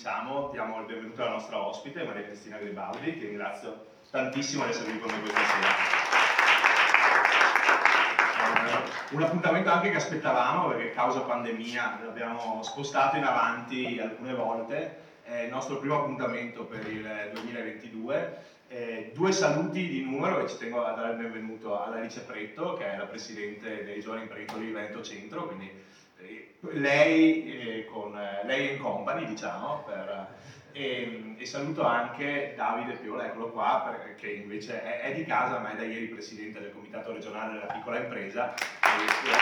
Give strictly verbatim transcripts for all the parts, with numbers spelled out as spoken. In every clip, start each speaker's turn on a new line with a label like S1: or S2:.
S1: diciamo, diamo il benvenuto alla nostra ospite, Maria Cristina Gribaldi, che ringrazio tantissimo di essere qui con noi questa sera. Un appuntamento anche che aspettavamo, perché causa pandemia l'abbiamo spostato in avanti alcune volte. È il nostro primo appuntamento per il duemilaventidue. Eh, due saluti di numero e ci tengo a dare il benvenuto alla Alice Pretto, che è la presidente dei giovani imprenditori di Veneto Centro, quindi eh, lei, eh, con, eh, lei in company, diciamo, per, e, e saluto anche Davide Piola, eccolo qua, per, che invece è, è di casa ma è da ieri presidente del comitato regionale della piccola impresa. E,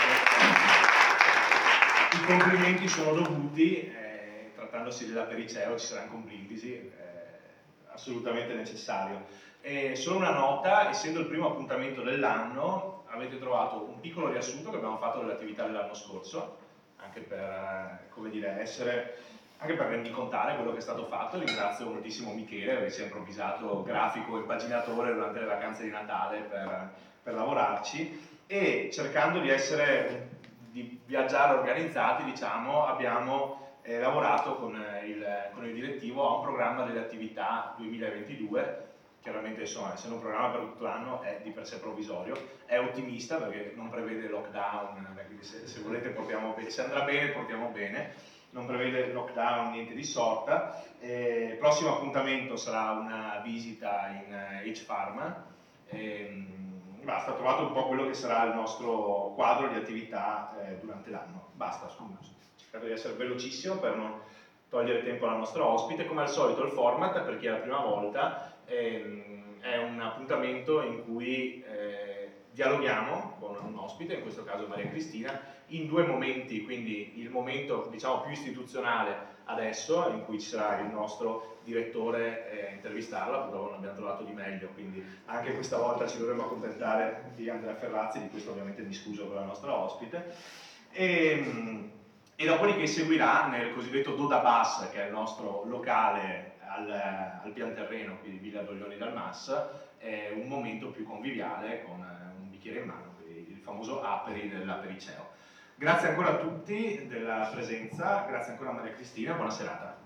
S1: eh, I complimenti sono dovuti. Eh, trattandosi della Periceo ci saranno un brindisi, eh, assolutamente necessario. E solo una nota, essendo il primo appuntamento dell'anno, avete trovato un piccolo riassunto che abbiamo fatto dell'attività dell'anno scorso, anche per, come dire, essere, anche per rendicontare quello che è stato fatto. Ringrazio moltissimo Michele, che si è improvvisato grafico e paginatore durante le vacanze di Natale per, per lavorarci, e cercando di essere, di viaggiare organizzati, diciamo, abbiamo Eh, lavorato con, eh, il, con il direttivo a un programma delle attività duemilaventidue. Chiaramente, insomma, essendo un programma per tutto l'anno è di per sé provvisorio, è ottimista perché non prevede lockdown, quindi se, se volete portiamo bene, se andrà bene portiamo bene, non prevede lockdown, niente di sorta. Eh, il prossimo appuntamento sarà una visita in eh, H Pharma. Eh, basta, ho trovato un po' quello che sarà il nostro quadro di attività eh, durante l'anno. Basta, scusa. Cerco di essere velocissimo per non togliere tempo alla nostra ospite. Come al solito il format, per chi è la prima volta, ehm, è un appuntamento in cui eh, dialoghiamo con un ospite, in questo caso Maria Cristina, in due momenti, quindi il momento, diciamo, più istituzionale adesso, in cui ci sarà il nostro direttore eh, a intervistarla, purtroppo non abbiamo trovato di meglio, quindi anche questa volta ci dovremo accontentare di Andrea Ferrazzi, di questo ovviamente mi scuso con la nostra ospite. E, E dopodiché seguirà nel cosiddetto Doda Bus, che è il nostro locale al, al pian terreno, quindi Villa Doglioni dal Mas, eh, un momento più conviviale con eh, un bicchiere in mano, quindi il famoso aperi della Periceo. Grazie ancora a tutti della presenza, grazie ancora a Maria Cristina, buona serata.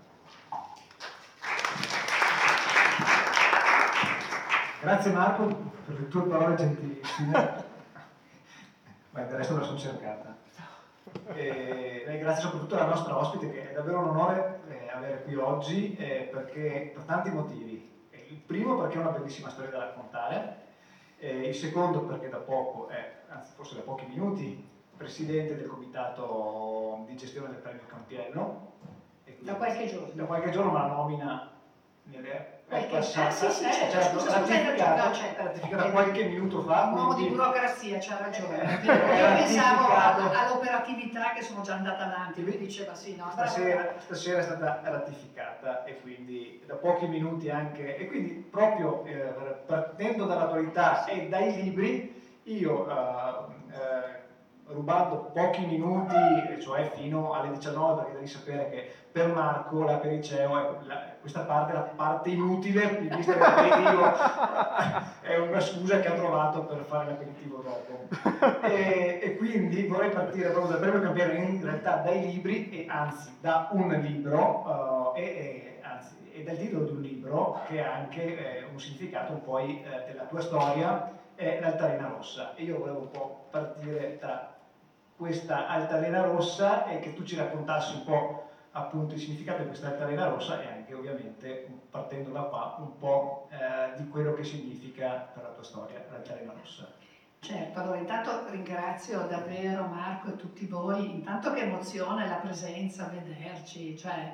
S2: Grazie Marco per le tue parole gentilissime, ma del resto me la sono cercata. E, e grazie soprattutto alla nostra ospite, che è davvero un onore eh, avere qui oggi, eh, perché per tanti motivi. Il primo perché è una bellissima storia da raccontare, eh, il secondo perché da poco, è, anzi forse da pochi minuti, presidente del comitato di gestione del premio Campiello. E
S3: da qualche giorno.
S2: Da qualche giorno, ma la nomina è
S3: qualche...
S2: passata,
S3: ah, sì, sì,
S2: eh,
S3: certo,
S2: certo,
S3: scusa,
S2: ratificata,
S3: no, certo.
S2: ratificata qualche minuto fa.
S3: Un uomo
S2: quindi...
S3: di burocrazia, c'ha ragione.
S2: Eh,
S3: Io
S2: eh,
S3: pensavo
S2: ratificato.
S3: all'operatività che sono già andata avanti, lui diceva sì, no.
S2: Stasera, stasera è stata ratificata e quindi da pochi minuti anche, e quindi proprio eh, partendo dall'attualità e dai libri, io eh, eh, rubando pochi minuti, cioè fino alle diciannove, perché devi sapere che per Marco la Periceo è la, questa parte è la parte inutile, visto che l'aperitivo è una scusa che ha trovato per fare l'aperitivo dopo. E, e quindi vorrei partire proprio dal premio Campiello, in realtà dai libri, e anzi da un libro, uh, e, e, anzi, e dal titolo di un libro che ha anche eh, un significato un po' eh, della tua storia, è l'Altalena Rossa. E io volevo un po' partire da questa Altalena Rossa e che tu ci raccontassi un po' appunto il significato di questa Altalena Rossa, e anche ovviamente partendo da qua un po' eh, di quello che significa per la tua storia l'Altalena Rossa.
S3: Certo, allora intanto ringrazio davvero Marco e tutti voi, intanto che emozione la presenza, vederci, cioè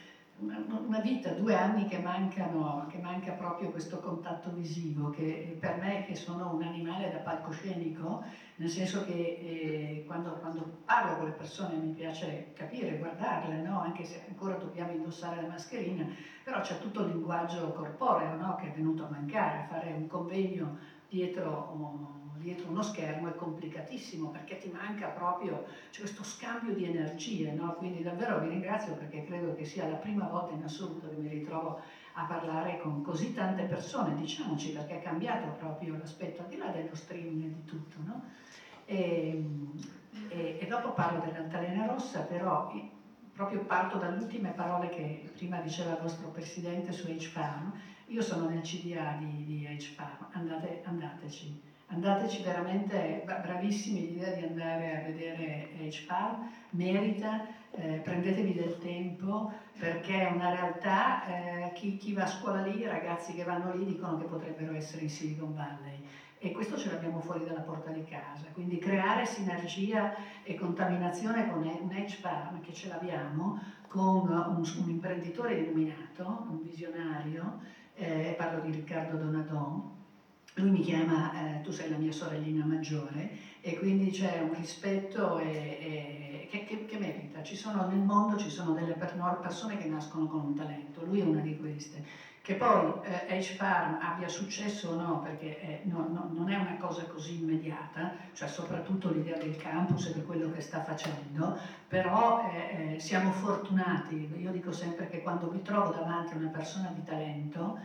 S3: una vita, due anni che mancano, che manca proprio questo contatto visivo, che per me, che sono un animale da palcoscenico, nel senso che eh, quando, quando parlo con le persone mi piace capire, guardarle, no? Anche se ancora dobbiamo indossare la mascherina, però c'è tutto il linguaggio corporeo, no? Che è venuto a mancare. Fare un convegno dietro, um, dietro uno schermo è complicatissimo, perché ti manca proprio, c'è questo scambio di energie, no? Quindi davvero vi ringrazio, perché credo che sia la prima volta in assoluto che mi ritrovo a parlare con così tante persone, diciamoci, perché è cambiato proprio l'aspetto, al di là dello streaming e di tutto, no? E, e, e dopo parlo dell'Altalena Rossa, però proprio parto dalle ultime parole che prima diceva il vostro presidente su H-Farm. Io sono nel C D A di, di H-Farm, andate, andateci, andateci veramente bravissimi l'idea di andare a vedere H-Farm, merita, eh, prendetevi del tempo perché è una realtà, eh, chi, chi va a scuola lì, i ragazzi che vanno lì dicono che potrebbero essere in Silicon Valley. E questo ce l'abbiamo fuori dalla porta di casa, quindi creare sinergia e contaminazione con un H-Farm, che ce l'abbiamo, con un, un imprenditore illuminato, un visionario, eh, parlo di Riccardo Donadon. Lui mi chiama, eh, tu sei la mia sorellina maggiore, e quindi c'è un rispetto e, e, che, che, che merita. Ci sono, nel mondo ci sono delle persone che nascono con un talento, lui è una di queste. Che poi eh, H-Farm abbia successo o no, perché eh, no, no, non è una cosa così immediata, cioè soprattutto l'idea del campus e di quello che sta facendo, però eh, eh, siamo fortunati. Io dico sempre che quando mi trovo davanti a una persona di talento,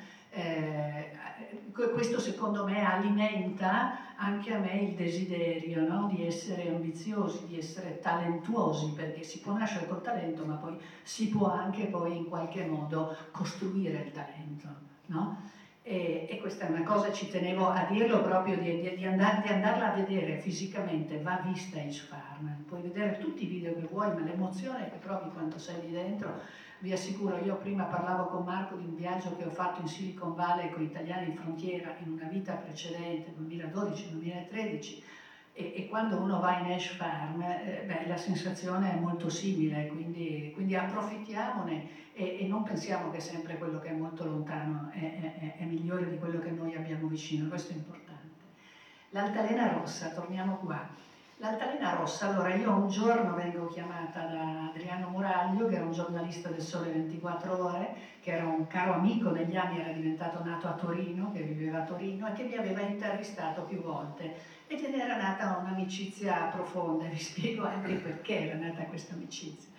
S3: eh, questo secondo me alimenta anche a me il desiderio, no? Di essere ambiziosi, di essere talentuosi, perché si può nascere col talento, ma poi si può anche poi in qualche modo costruire il talento, no? E, e questa è una cosa, ci tenevo a dirlo proprio, di, di, di, andar, di andarla a vedere fisicamente, va vista H-Farm, puoi vedere tutti i video che vuoi, ma l'emozione che provi quando sei lì dentro, vi assicuro, io prima parlavo con Marco di un viaggio che ho fatto in Silicon Valley con italiani in frontiera in una vita precedente, duemiladodici duemilatredici, e, e quando uno va in H-Farm, eh, beh, la sensazione è molto simile, quindi, quindi approfittiamone e, e non pensiamo che sempre quello che è molto lontano è, è, è migliore di quello che noi abbiamo vicino, questo è importante. L'altalena rossa, torniamo qua. L'altalena rossa, allora io un giorno vengo chiamata da Adriano Muraglio, che era un giornalista del Sole ventiquattro Ore, che era un caro amico negli anni, era diventato nato a Torino, che viveva a Torino e che mi aveva intervistato più volte. E te ne era nata un'amicizia profonda, vi spiego anche perché era nata questa amicizia.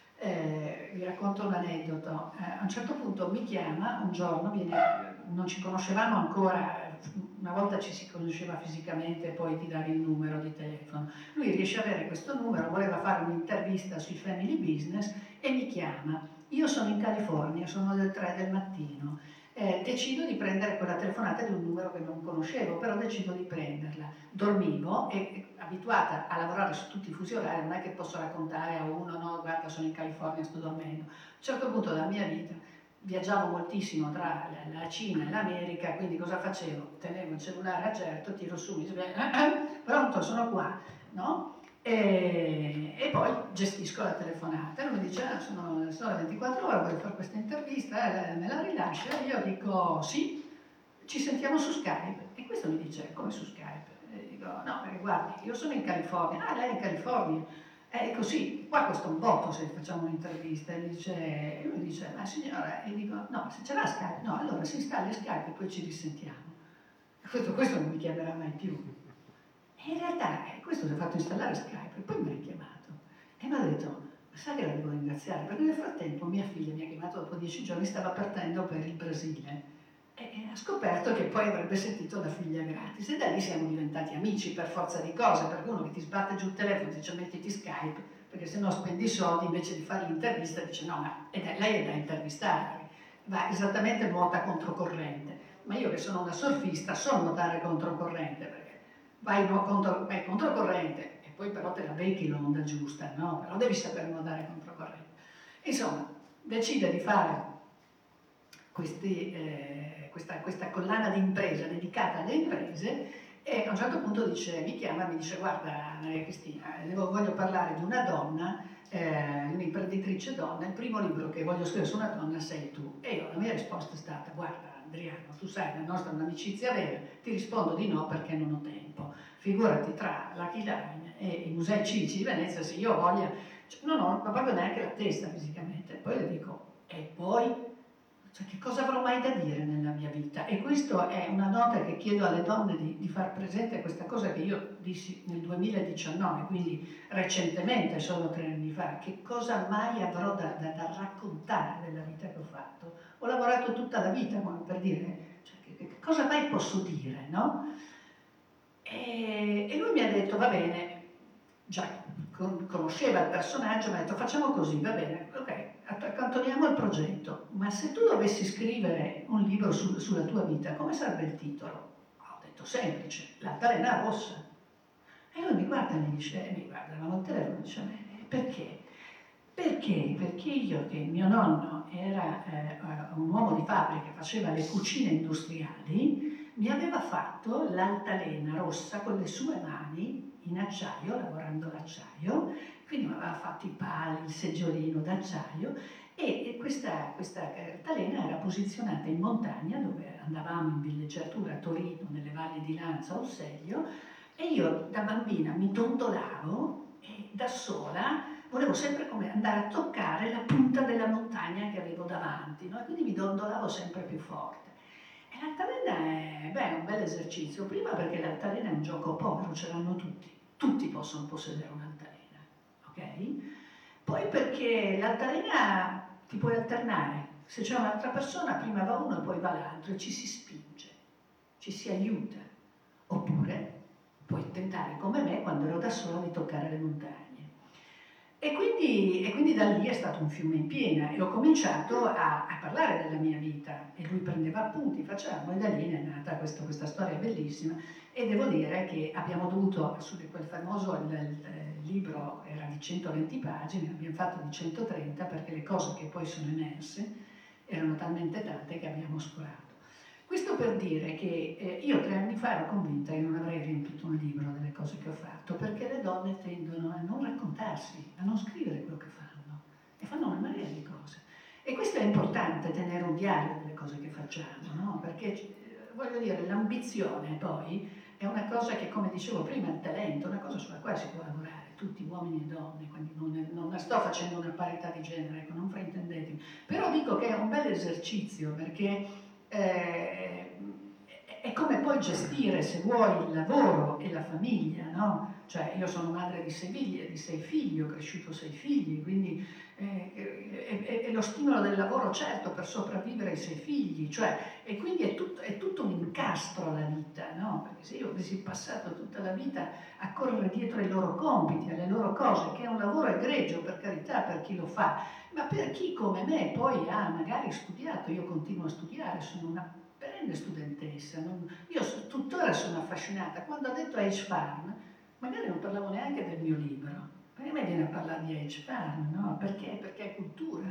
S3: Eh, vi racconto un aneddoto. Eh, a un certo punto mi chiama, un giorno, viene, non ci conoscevamo ancora, una volta ci si conosceva fisicamente e poi ti davi il numero di telefono. Lui riesce a avere questo numero, voleva fare un'intervista sui family business e mi chiama. Io sono in California, sono le tre del mattino. Eh, decido di prendere quella telefonata di un numero che non conoscevo, però decido di prenderla. Dormivo e, abituata a lavorare su tutti i fusi orari, non è che posso raccontare a uno, no, guarda, sono in California, sto dormendo. A un certo punto della mia vita viaggiavo moltissimo tra la Cina e l'America, quindi cosa facevo? Tenevo il cellulare a getto, tiro su, mi sveglio, pronto, sono qua, no? E, e poi gestisco la telefonata. E lui mi dice, ah, sono, sono le ventiquattro ore, voglio fare questa intervista, eh, me la rilascia? E io dico, sì, ci sentiamo su Skype. E questo mi dice, come su Skype? E dico, no, perché guardi, io sono in California. Ah, lei è in California? E così, qua costa un botto se facciamo un'intervista. E dice, e lui dice, ma signora, e dico, no, se ce l'ha Skype, no, allora si installi Skype e poi ci risentiamo. Questo, questo non mi chiamerà mai più. E in realtà eh, questo si è fatto installare Skype e poi mi ha richiamato e mi ha detto, ma sai che la devo ringraziare? Perché nel frattempo mia figlia mi ha chiamato dopo dieci giorni, stava partendo per il Brasile e, e ha scoperto che poi avrebbe sentito la figlia gratis e da lì siamo diventati amici per forza di cose, perché uno che ti sbatte giù il telefono e dice mettiti Skype, perché se no spendi soldi, invece di fare l'intervista dice no, ma è da, lei è da intervistare, va esattamente nuota controcorrente, ma io che sono una surfista so nuotare controcorrente, perché vai, no, contro, vai controcorrente e poi però te la becchi l'onda giusta, no? Però devi saper nuotare controcorrente. Insomma, decide di fare questi, eh, questa, questa collana di impresa dedicata alle imprese e a un certo punto dice, mi chiama e mi dice, guarda Maria Cristina, devo, voglio parlare di una donna, eh, di un'imprenditrice donna, il primo libro che voglio scrivere su una donna sei tu. E io, la mia risposta è stata, guarda Adriano, tu sai, la nostra è un'amicizia vera, ti rispondo di no perché non ho tempo. Figurati, tra Lucky Line e i musei civici di Venezia, se io ho voglia, cioè, non ho proprio neanche la testa fisicamente. Poi le dico, e poi? Cioè, che cosa avrò mai da dire nella mia vita? E questa è una nota che chiedo alle donne di, di far presente, questa cosa che io dissi nel duemiladiciannove, quindi recentemente, solo tre anni fa, che cosa mai avrò da, da, da raccontare della vita che ho fatto? Ho lavorato tutta la vita, come per dire, cioè, che, che cosa mai posso dire, no? E, e lui mi ha detto, va bene, già, con, conosceva il personaggio, mi ha detto facciamo così, va bene, ok, accantoniamo il progetto, ma se tu dovessi scrivere un libro su, sulla tua vita, come sarebbe il titolo? Ho detto semplice, L'altalena rossa. E lui mi guarda e mi dice, mi guarda, ma non te lo dice a me, perché? Perché? Perché io, che mio nonno era eh, un uomo di fabbrica, faceva le cucine industriali, mi aveva fatto l'altalena rossa con le sue mani in acciaio, lavorando l'acciaio, quindi mi aveva fatto i pali, il seggiolino d'acciaio e, e questa, questa altalena era posizionata in montagna dove andavamo in villeggiatura a Torino, nelle valli di Lanza o Seglio, e io da bambina mi dondolavo e da sola volevo sempre come andare a toccare la punta della montagna che avevo davanti, no? E quindi mi dondolavo sempre più forte. E l'altalena è, beh, è un bel esercizio, prima perché l'altalena è un gioco povero, ce l'hanno tutti, tutti possono possedere un'altalena, ok? Poi perché l'altalena ti puoi alternare, se c'è un'altra persona prima va uno e poi va l'altro e ci si spinge, ci si aiuta, oppure puoi tentare come me quando ero da sola di toccare le montagne. E quindi, e quindi da lì è stato un fiume in piena e ho cominciato a, a parlare della mia vita e lui prendeva appunti, facciamo, e da lì è nata questa, questa storia bellissima e devo dire che abbiamo dovuto, su quel famoso il, il libro era di centoventi pagine, abbiamo fatto di centotrenta perché le cose che poi sono emerse erano talmente tante che abbiamo oscurato. Questo per dire che eh, io tre anni fa ero convinta che non avrei riempito un libro delle cose che ho fatto, perché le donne tendono a non raccontarsi, a non scrivere quello che fanno, e fanno una marea di cose. E questo è importante, tenere un diario delle cose che facciamo, no? Perché, eh, voglio dire, l'ambizione poi è una cosa che, come dicevo prima, il talento, è una cosa sulla quale si può lavorare, tutti uomini e donne, quindi non, non sto facendo una parità di genere, ecco, non fraintendetemi. Però dico che è un bel esercizio, perché Eh, è come poi gestire, se vuoi, il lavoro e la famiglia, no? Cioè io sono madre di sei figli, di sei figli, ho cresciuto sei figli, quindi eh, è, è, è lo stimolo del lavoro certo per sopravvivere ai sei figli, cioè, e quindi è tutto, è tutto un incastro la vita, no? Perché se io avessi passato tutta la vita a correre dietro ai loro compiti, alle loro cose, che è un lavoro egregio per carità per chi lo fa, ma per chi come me poi ha magari studiato, io continuo a studiare, sono una perenne studentessa, non, io so, tuttora sono affascinata. Quando ho detto H Farm, magari non parlavo neanche del mio libro, perché a me viene a parlare di H Farm, no? Perché? Perché è cultura,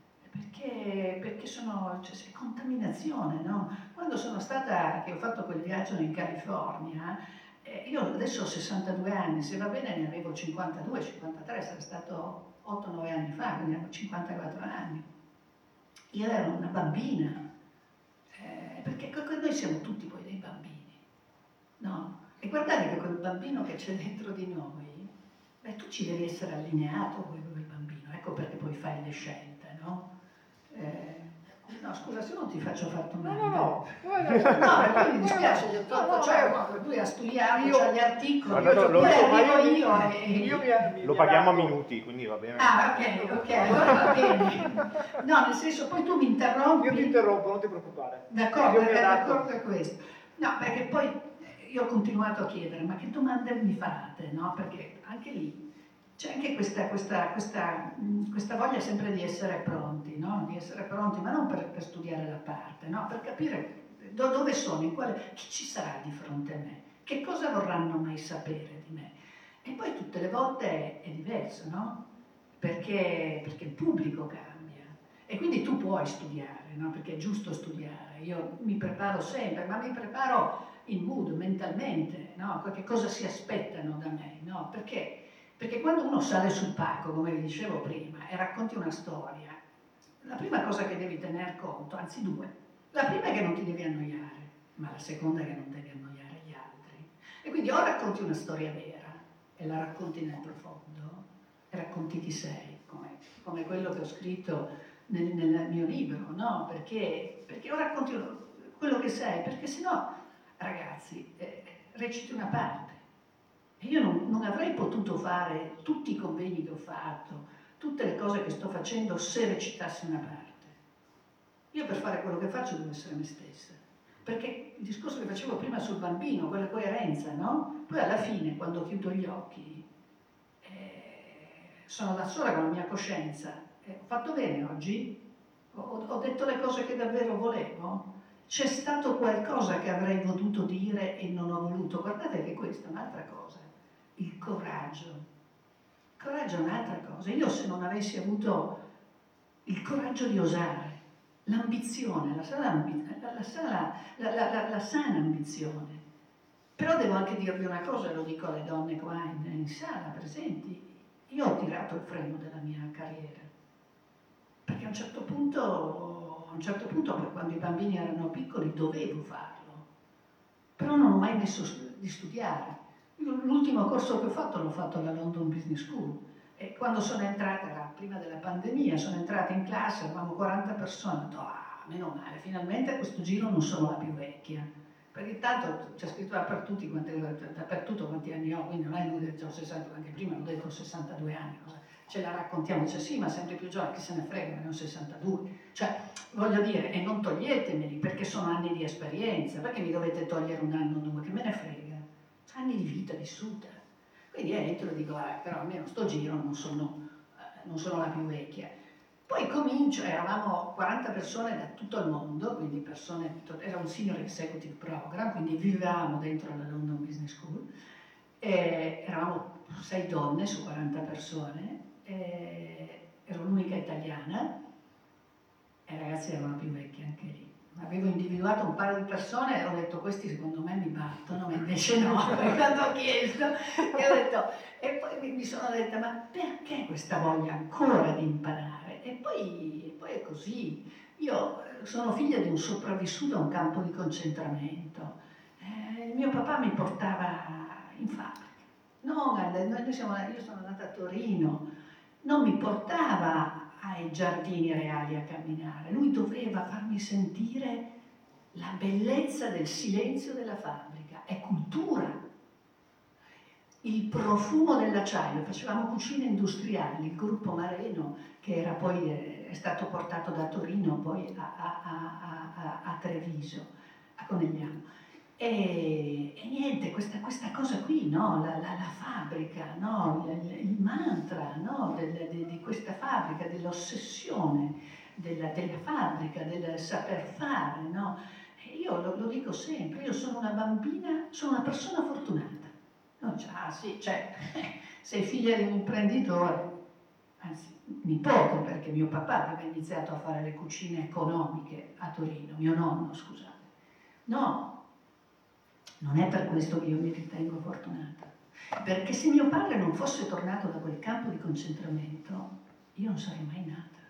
S3: perché, perché sono, cioè, è contaminazione, no? Quando sono stata, che ho fatto quel viaggio in California, eh, io adesso ho sessantadue anni, se va bene ne avevo cinquantadue, cinquantatré, sarà stato otto nove anni fa, quindi avevo cinquantaquattro anni. Io ero una bambina, eh, perché noi siamo tutti poi dei bambini, no? E guardate che quel bambino che c'è dentro di noi, beh, tu ci devi essere allineato con quel bambino, ecco perché poi fai le scelte, no? Eh, no, scusa, se non ti faccio fare tu
S2: no, no, no,
S3: no, perché mi dispiace, gli ho tolto, cioè, lui ha studiato, c'ha gli articoli, io, io, io, io, e,
S4: io mi, lo paghiamo a minuti, quindi va bene.
S3: Ah, ok, ok, allora va bene. No, nel senso, poi tu mi interrompi.
S2: Io ti interrompo, non ti preoccupare.
S3: D'accordo, è d'accordo è questo. No, perché poi io ho continuato a chiedere, ma che domande mi fate, no? Perché anche lì c'è anche questa, questa, questa, questa voglia sempre di essere pronti, no? Di essere pronti, ma non per, per studiare la parte, no? Per capire do, dove sono, in quale, chi ci sarà di fronte a me, che cosa vorranno mai sapere di me. E poi tutte le volte è diverso, no? Perché, perché il pubblico cambia e quindi tu puoi studiare, no? Perché è giusto studiare. Io mi preparo sempre, ma mi preparo in mood, mentalmente, no? Che cosa si aspettano da me, no? Perché? Perché quando uno sale sul palco, come vi dicevo prima, e racconti una storia, la prima cosa che devi tener conto, anzi due, la prima è che non ti devi annoiare, ma la seconda è che non devi annoiare gli altri. E quindi o racconti una storia vera e la racconti nel profondo, e racconti chi sei, come, come quello che ho scritto nel, nel mio libro, no? Perché, perché o racconti quello che sei, perché sennò, ragazzi, eh, reciti una parte. E io non, non avrei potuto fare tutti i convegni che ho fatto, tutte le cose che sto facendo se recitassi una parte. Io per fare quello che faccio devo essere me stessa. Perché il discorso che facevo prima sul bambino, quella coerenza, no? Poi alla fine, quando chiudo gli occhi, eh, sono da sola con la mia coscienza. Eh, ho fatto bene oggi? Ho, ho detto le cose che davvero volevo? C'è stato qualcosa che avrei potuto dire e non ho voluto? Guardate che questa è un'altra cosa, il coraggio. Il coraggio è un'altra cosa. Io se non avessi avuto il coraggio di osare, l'ambizione, la sana, la, la, sana, la, la, la, la sana ambizione. Però devo anche dirvi una cosa, lo dico alle donne qua in, in sala presenti, io ho tirato il freno della mia carriera, perché a un certo punto, a un certo punto quando i bambini erano piccoli dovevo farlo, però non ho mai messo di studiare. L'ultimo corso che ho fatto l'ho fatto alla London Business School e quando sono entrata, era prima della pandemia, sono entrata in classe, eravamo quaranta persone, ho detto, ah, meno male, finalmente a questo giro non sono la più vecchia, perché tanto c'è scritto dappertutto quanti, dappertutto quanti anni ho, quindi non è inutile che ho sessanta, anche prima l'ho detto sessantadue anni, cosa, ce la raccontiamo, dice sì, ma sempre più giovane, chi se ne frega, ne ho sessantadue, cioè voglio dire, e non toglietemeli perché sono anni di esperienza, perché mi dovete togliere un anno o due, che me ne frega, anni di vita vissuta. Quindi entro e dico, eh, però almeno sto giro non sono, eh, non sono la più vecchia. Poi comincio, eravamo quaranta persone da tutto il mondo, quindi persone, era un senior executive program, quindi vivevamo dentro la London Business School, e eravamo sei donne su quaranta persone, e ero l'unica italiana, e i ragazzi erano più vecchi anche lì. Avevo individuato un paio di persone e ho detto questi secondo me mi battono, ma invece no, quando ho chiesto e ho detto, e poi mi sono detta ma perché questa voglia ancora di imparare? E poi, e poi è così, io sono figlia di un sopravvissuto a un campo di concentramento, eh, il mio papà mi portava in fabbrica, no, noi siamo, io sono andata a Torino, non mi portava ai giardini reali a camminare, lui doveva farmi sentire la bellezza del silenzio della fabbrica, è cultura. Il profumo dell'acciaio, facevamo cucine industriali, il gruppo Mareno che era poi è stato portato da Torino poi a, a, a, a, a Treviso, a Conegliano. E, e niente, questa, questa cosa qui, no? la, la, la fabbrica, no? il, il mantra, no? del, de, di questa fabbrica, dell'ossessione della, della fabbrica, del saper fare. No? E io lo, lo dico sempre, io sono una bambina, sono una persona fortunata. No, cioè, ah sì, cioè, sei figlia di un imprenditore, anzi nipote, perché mio papà aveva iniziato a fare le cucine economiche a Torino, mio nonno, scusate. No, non è per questo che io mi ritengo fortunata, perché se mio padre non fosse tornato da quel campo di concentramento, io non sarei mai nata.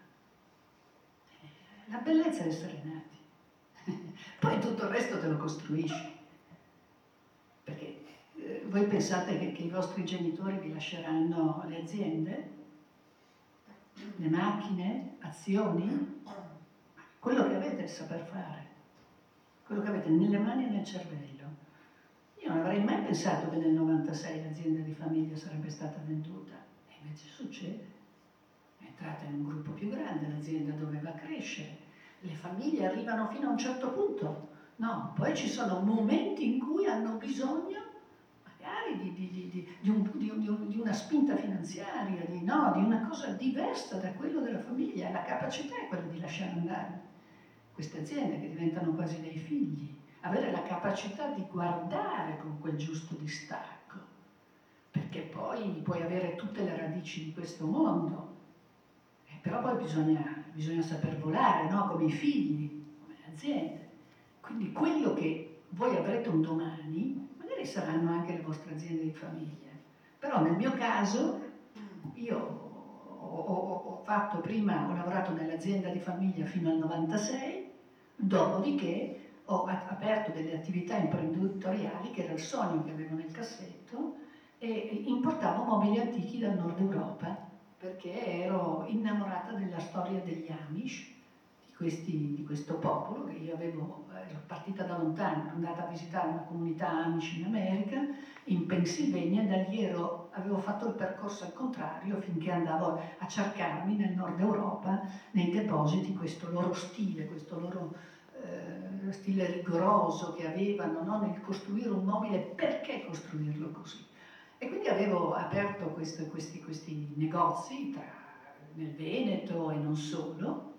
S3: La bellezza è essere nati, poi tutto il resto te lo costruisci, perché eh, voi pensate che, che i vostri genitori vi lasceranno le aziende, le macchine, azioni? Quello che avete è il saper fare, quello che avete nelle mani e nel cervello. Io non avrei mai pensato che nel novantasei l'azienda di famiglia sarebbe stata venduta, e invece succede. È entrata in un gruppo più grande, l'azienda doveva crescere, le famiglie arrivano fino a un certo punto, no, poi ci sono momenti in cui hanno bisogno magari di, di, di, di, di, un, di, un, di una spinta finanziaria, di, no, di una cosa diversa da quello della famiglia, la capacità è quella di lasciare andare queste aziende che diventano quasi dei figli. Avere la capacità di guardare con quel giusto distacco, perché poi puoi avere tutte le radici di questo mondo, eh, però poi bisogna, bisogna saper volare, no? Come i figli, come le aziende. Quindi quello che voi avrete un domani, magari saranno anche le vostre aziende di famiglia, però nel mio caso, io ho, ho, ho fatto prima, ho lavorato nell'azienda di famiglia fino al novantasei, dopodiché ho aperto delle attività imprenditoriali, che era il sogno che avevo nel cassetto, e importavo mobili antichi dal nord Europa, perché ero innamorata della storia degli Amish, di, questi, di questo popolo, che io avevo, ero partita da lontano, ero andata a visitare una comunità Amish in America, in Pennsylvania, da lì ero, avevo fatto il percorso al contrario finché andavo a cercarmi nel nord Europa, nei depositi, questo loro stile, questo loro lo stile rigoroso che avevano, no? Nel costruire un mobile, perché costruirlo così? E quindi avevo aperto questo, questi, questi negozi tra, nel Veneto e non solo,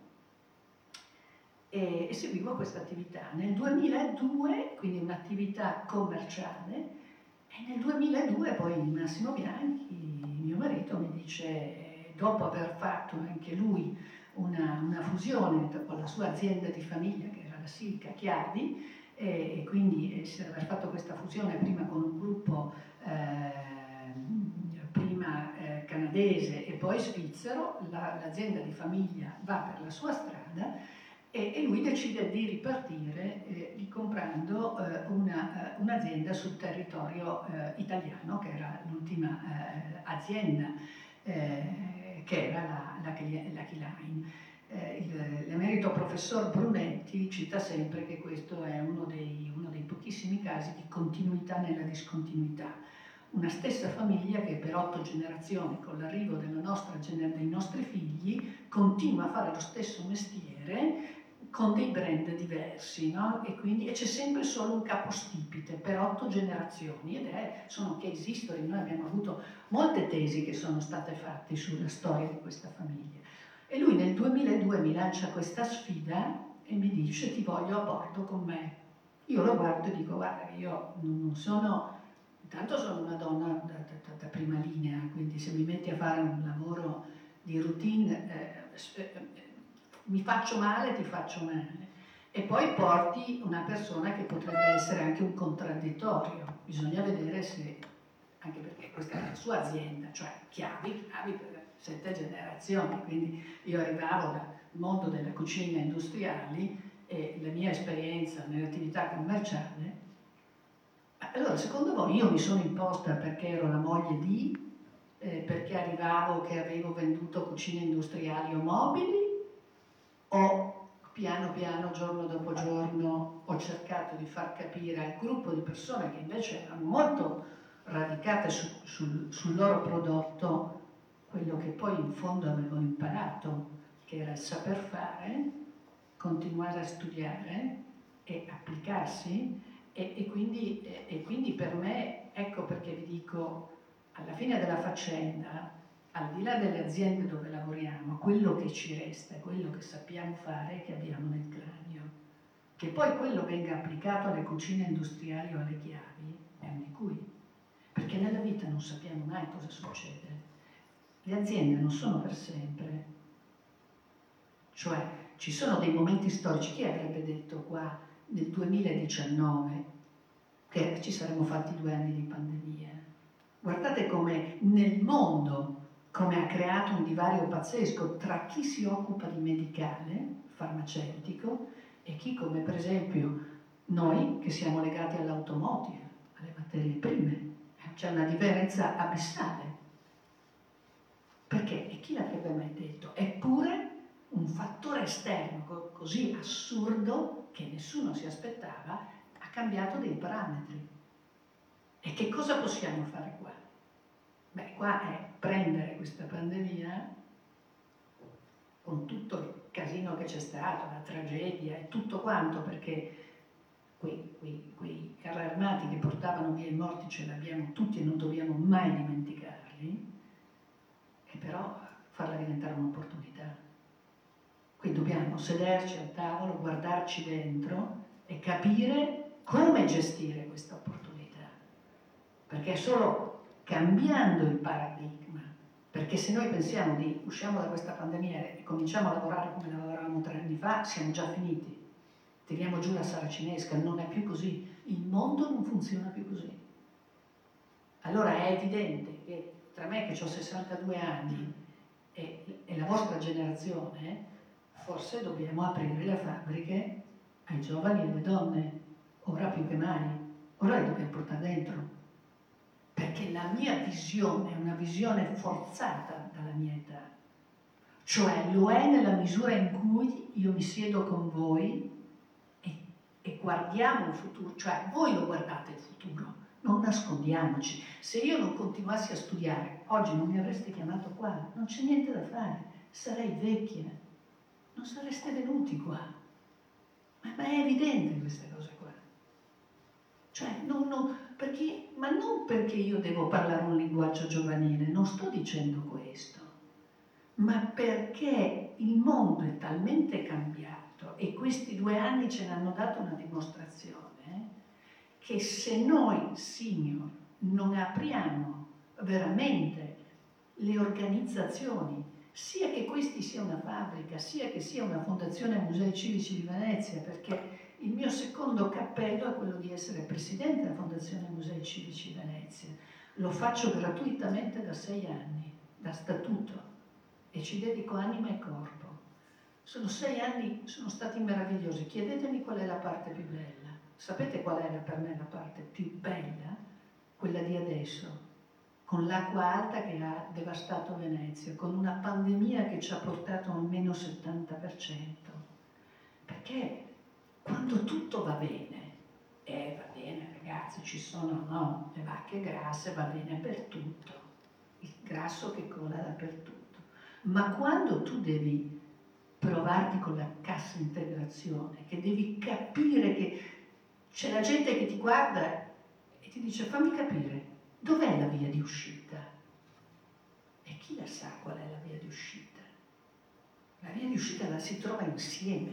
S3: e, e seguivo questa attività. Nel duemiladue, quindi un'attività commerciale, e nel duemiladue poi Massimo Bianchi, mio marito, mi dice, dopo aver fatto anche lui una, una fusione con la sua azienda di famiglia, che era la Silca Chiavi, e, e quindi eh, aver fatto questa fusione prima con un gruppo eh, prima eh, canadese e poi svizzero, la, l'azienda di famiglia va per la sua strada e, e lui decide di ripartire eh, ricomprando eh, una, eh, un'azienda sul territorio eh, italiano, che era l'ultima eh, azienda eh, che era la, la, la Keyline. Eh, il, l'emerito professor Brunetti cita sempre che questo è uno dei, uno dei pochissimi casi di continuità nella discontinuità. Una stessa famiglia che per otto generazioni, con l'arrivo della nostra, dei nostri figli, continua a fare lo stesso mestiere con dei brand diversi, no? E quindi e c'è sempre solo un capostipite per otto generazioni, ed è, sono case history. Noi abbiamo avuto molte tesi che sono state fatte sulla storia di questa famiglia. E lui nel duemiladue mi lancia questa sfida e mi dice: ti voglio a bordo con me. Io lo guardo e dico: guarda, io non sono, intanto sono una donna da, da, da prima linea, quindi se mi metti a fare un lavoro di routine eh, eh, mi faccio male, ti faccio male. E poi porti una persona che potrebbe essere anche un contraddittorio, bisogna vedere se, anche perché questa è la sua azienda, cioè chiavi, chiavi per sette generazioni, quindi io arrivavo dal mondo delle cucine industriali e la mia esperienza nell'attività commerciale. Allora, secondo voi io mi sono imposta perché ero la moglie di, eh, perché arrivavo che avevo venduto cucine industriali o mobili, o piano piano, giorno dopo giorno, ho cercato di far capire al gruppo di persone che invece erano molto radicate su, sul, sul loro prodotto quello che poi in fondo avevo imparato, che era il saper fare, continuare a studiare e applicarsi, e, e, quindi, e, e quindi per me, ecco perché vi dico, alla fine della faccenda, al di là delle aziende dove lavoriamo, quello che ci resta, quello che sappiamo fare e che abbiamo nel cranio. Che poi quello venga applicato alle cucine industriali o alle chiavi è un di cui, perché nella vita non sappiamo mai cosa succede. Le aziende non sono per sempre, cioè ci sono dei momenti storici. Chi avrebbe detto qua nel duemiladiciannove che ci saremmo fatti due anni di pandemia? Guardate come nel mondo, come ha creato un divario pazzesco tra chi si occupa di medicale, farmaceutico, e chi, come per esempio noi che siamo legati all'automotive, alle materie prime. C'è una differenza abissale. Perché? E chi l'avrebbe mai detto? Eppure un fattore esterno co- così assurdo che nessuno si aspettava ha cambiato dei parametri. E che cosa possiamo fare qua? Beh, qua è prendere questa pandemia con tutto il casino che c'è stato, la tragedia e tutto quanto, perché quei, quei, quei carri armati che portavano via i morti ce li abbiamo tutti e non dobbiamo mai dimenticarli, e però farla diventare un'opportunità. Qui dobbiamo sederci al tavolo, guardarci dentro e capire come gestire questa opportunità, perché è solo cambiando il paradigma, perché se noi pensiamo di usciamo da questa pandemia e cominciamo a lavorare come lavoravamo tre anni fa, siamo già finiti, tiriamo giù la saracinesca, non è più così, il mondo non funziona più così. Allora è evidente che tra me che ho sessantadue anni e, e la vostra generazione, forse dobbiamo aprire le fabbriche ai giovani e alle donne, ora più che mai, ora le dobbiamo portare dentro. Perché la mia visione è una visione forzata dalla mia età, cioè lo è nella misura in cui io mi siedo con voi e, e guardiamo il futuro, cioè voi lo guardate il futuro, non nascondiamoci. Se io non continuassi a studiare, oggi non mi avreste chiamato qua, non c'è niente da fare, sarei vecchia, non sareste venuti qua. Ma, ma è evidente queste cose qua. Cioè non... non perché, ma non perché io devo parlare un linguaggio giovanile, non sto dicendo questo, ma perché il mondo è talmente cambiato e questi due anni ce ne hanno dato una dimostrazione, che se noi, senior, non apriamo veramente le organizzazioni, sia che questi sia una fabbrica, sia che sia una fondazione Musei Civici di Venezia, perché il mio secondo cappello è quello di essere presidente della Fondazione Musei Civici di Venezia. Lo faccio gratuitamente da sei anni, da statuto, e ci dedico anima e corpo. Sono sei anni, sono stati meravigliosi. Chiedetemi qual è la parte più bella. Sapete qual è per me la parte più bella? Quella di adesso, con l'acqua alta che ha devastato Venezia, con una pandemia che ci ha portato a un meno settanta per cento. Perché quando tutto va bene, eh va bene ragazzi, ci sono no, le vacche grasse, va bene per tutto, il grasso che cola dappertutto. Ma quando tu devi provarti con la cassa integrazione, che devi capire che c'è la gente che ti guarda e ti dice fammi capire, dov'è la via di uscita? E chi la sa qual è la via di uscita? La via di uscita la si trova insieme,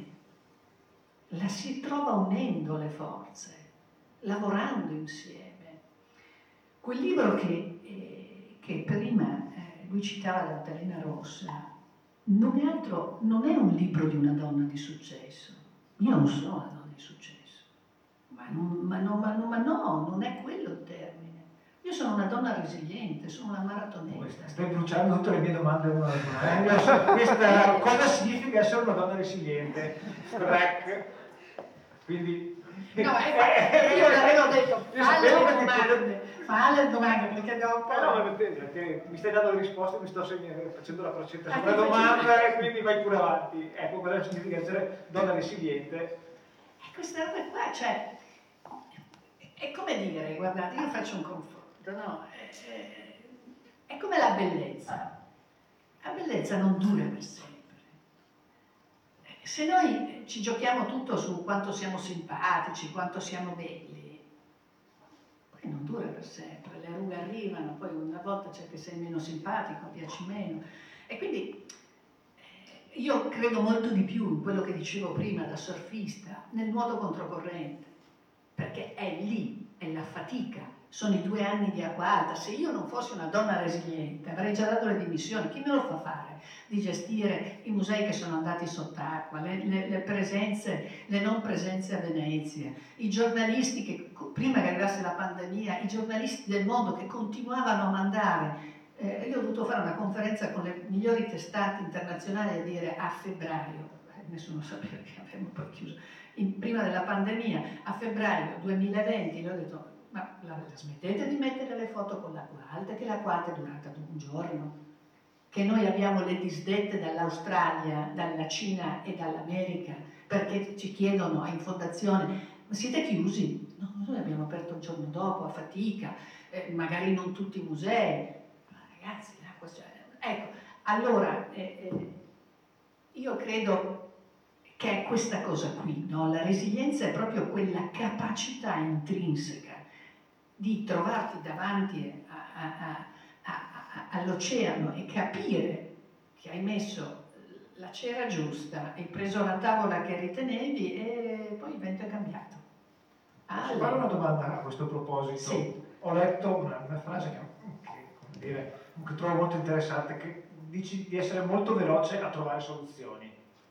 S3: la si trova unendo le forze, lavorando insieme. Quel libro che, eh, che prima eh, lui citava l'Altalena Rossa, non è altro, non è un libro di una donna di successo. Io non sono una donna di successo. Ma, non, ma, no, ma, no, ma no, non è quello il termine. Io sono una donna resiliente, sono una maratoneta.
S2: Stai bruciando tutte le mie domande una ad una. Questa cosa significa essere una donna resiliente? Crack. Quindi...
S3: No, eh, io l'avevo detto, fa le domande, fa le domande, perché dopo...
S2: Eh no, perché mi stai dando le risposte, mi sto segnando, facendo la procetta sulla domanda e quindi vai pure avanti. Ecco, cosa significa essere donna resiliente?
S3: E questa roba qua, cioè, è come dire, guardate, io faccio un confronto, no? È, è, è come la bellezza. La bellezza non dura per sempre. Se noi ci giochiamo tutto su quanto siamo simpatici, quanto siamo belli, poi non dura per sempre, le rughe arrivano, poi una volta c'è che sei meno simpatico, piaci meno. E quindi eh, io credo molto di più in quello che dicevo prima da surfista, nel nuoto controcorrente, perché è lì, è la fatica, sono i due anni di acqua alta. Se io non fossi una donna resiliente avrei già dato le dimissioni. Chi me lo fa fare di gestire i musei che sono andati sott'acqua, le, le, le presenze, le non presenze a Venezia, i giornalisti che prima che arrivasse la pandemia, i giornalisti del mondo che continuavano a mandare. Eh, io ho dovuto fare una conferenza con le migliori testate internazionali a dire a febbraio, eh, nessuno sapeva che avremmo poi chiuso, in, prima della pandemia, a febbraio duemilaventi, gli ho detto ma la, la smettete di mettere le foto con l'acqua alta, che l'acqua alta è durata un giorno, che noi abbiamo le disdette dall'Australia, dalla Cina e dall'America perché ci chiedono in fondazione ma siete chiusi? No, noi abbiamo aperto il giorno dopo a fatica, eh, magari non tutti i musei, ma ragazzi l'acqua cioè, ecco, allora eh, eh, io credo che è questa cosa qui, no? La resilienza è proprio quella capacità intrinseca di trovarti davanti a, a, a, a, all'oceano e capire che hai messo la cera giusta, hai preso la tavola che ritenevi e poi il vento è cambiato.
S2: Posso ah, fare una domanda a questo proposito?
S3: Sì.
S2: Ho letto una, una frase che, che, come dire, che trovo molto interessante, che dici di essere molto veloce a trovare soluzioni.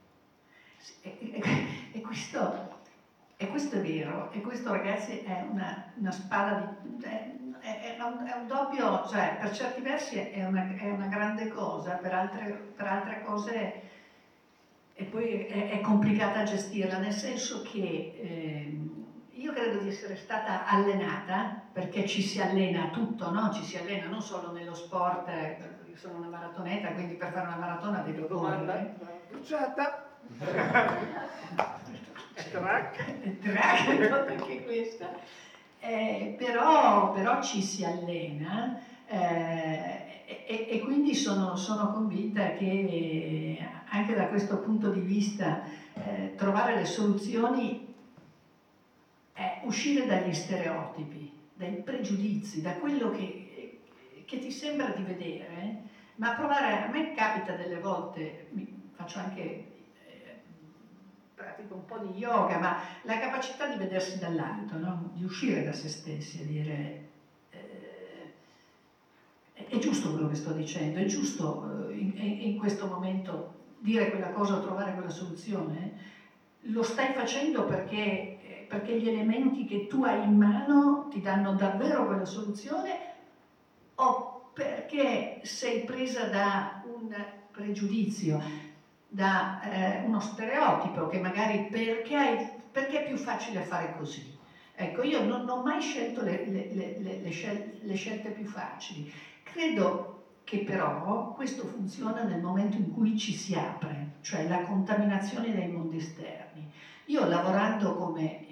S3: Sì, e, e, e questo... E questo è vero, e questo ragazzi è una, una spada di... È, è, un, è un doppio, cioè per certi versi è una, è una grande cosa, per altre, per altre cose e poi è, è complicata a gestirla, nel senso che eh, io credo di essere stata allenata, perché ci si allena a tutto, no? Ci si allena non solo nello sport, io sono una maratoneta, quindi per fare una maratona devo correre.
S2: Bruciata!
S3: Track, track, anche questa. Eh, però, però ci si allena eh, e, e quindi sono, sono convinta che anche da questo punto di vista eh, trovare le soluzioni è uscire dagli stereotipi, dai pregiudizi, da quello che, che ti sembra di vedere, ma provare, a me capita delle volte, mi, faccio anche, eh, pratico un po' di yoga, ma la capacità di vedersi dall'alto, no? Di uscire da se stessi e dire eh, è giusto quello che sto dicendo, è giusto eh, in, in questo momento dire quella cosa o trovare quella soluzione, lo stai facendo perché, perché gli elementi che tu hai in mano ti danno davvero quella soluzione o perché sei presa da un pregiudizio, da eh, uno stereotipo che magari perché, hai, perché è più facile fare così. Ecco, io non, non ho mai scelto le, le, le, le, scel- le scelte più facili. Credo che però questo funziona nel momento in cui ci si apre, cioè la contaminazione dai mondi esterni. Io lavorando come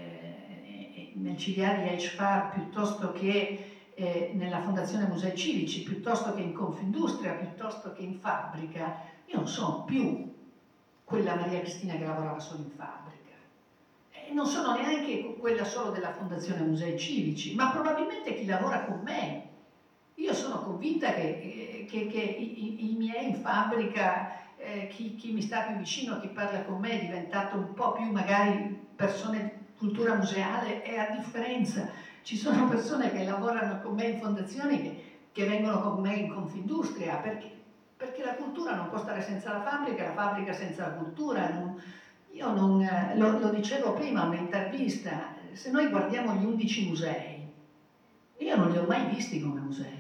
S3: eh, nel C D A di H F A R piuttosto che eh, nella Fondazione Musei Civici, piuttosto che in Confindustria, piuttosto che in fabbrica, io non sono più quella Maria Cristina che lavorava solo in fabbrica. E non sono neanche quella solo della Fondazione Musei Civici, ma probabilmente chi lavora con me. Io sono convinta che, che, che i, i miei in fabbrica, eh, chi, chi mi sta più vicino, chi parla con me è diventato un po' più magari persone di cultura museale e a differenza ci sono persone che lavorano con me in fondazioni che, che vengono con me in Confindustria perché, perché la cultura non può stare senza la fabbrica, la fabbrica senza la cultura. Non, io non, lo, lo dicevo prima in un'intervista, se noi guardiamo gli undici musei, io non li ho mai visti come musei.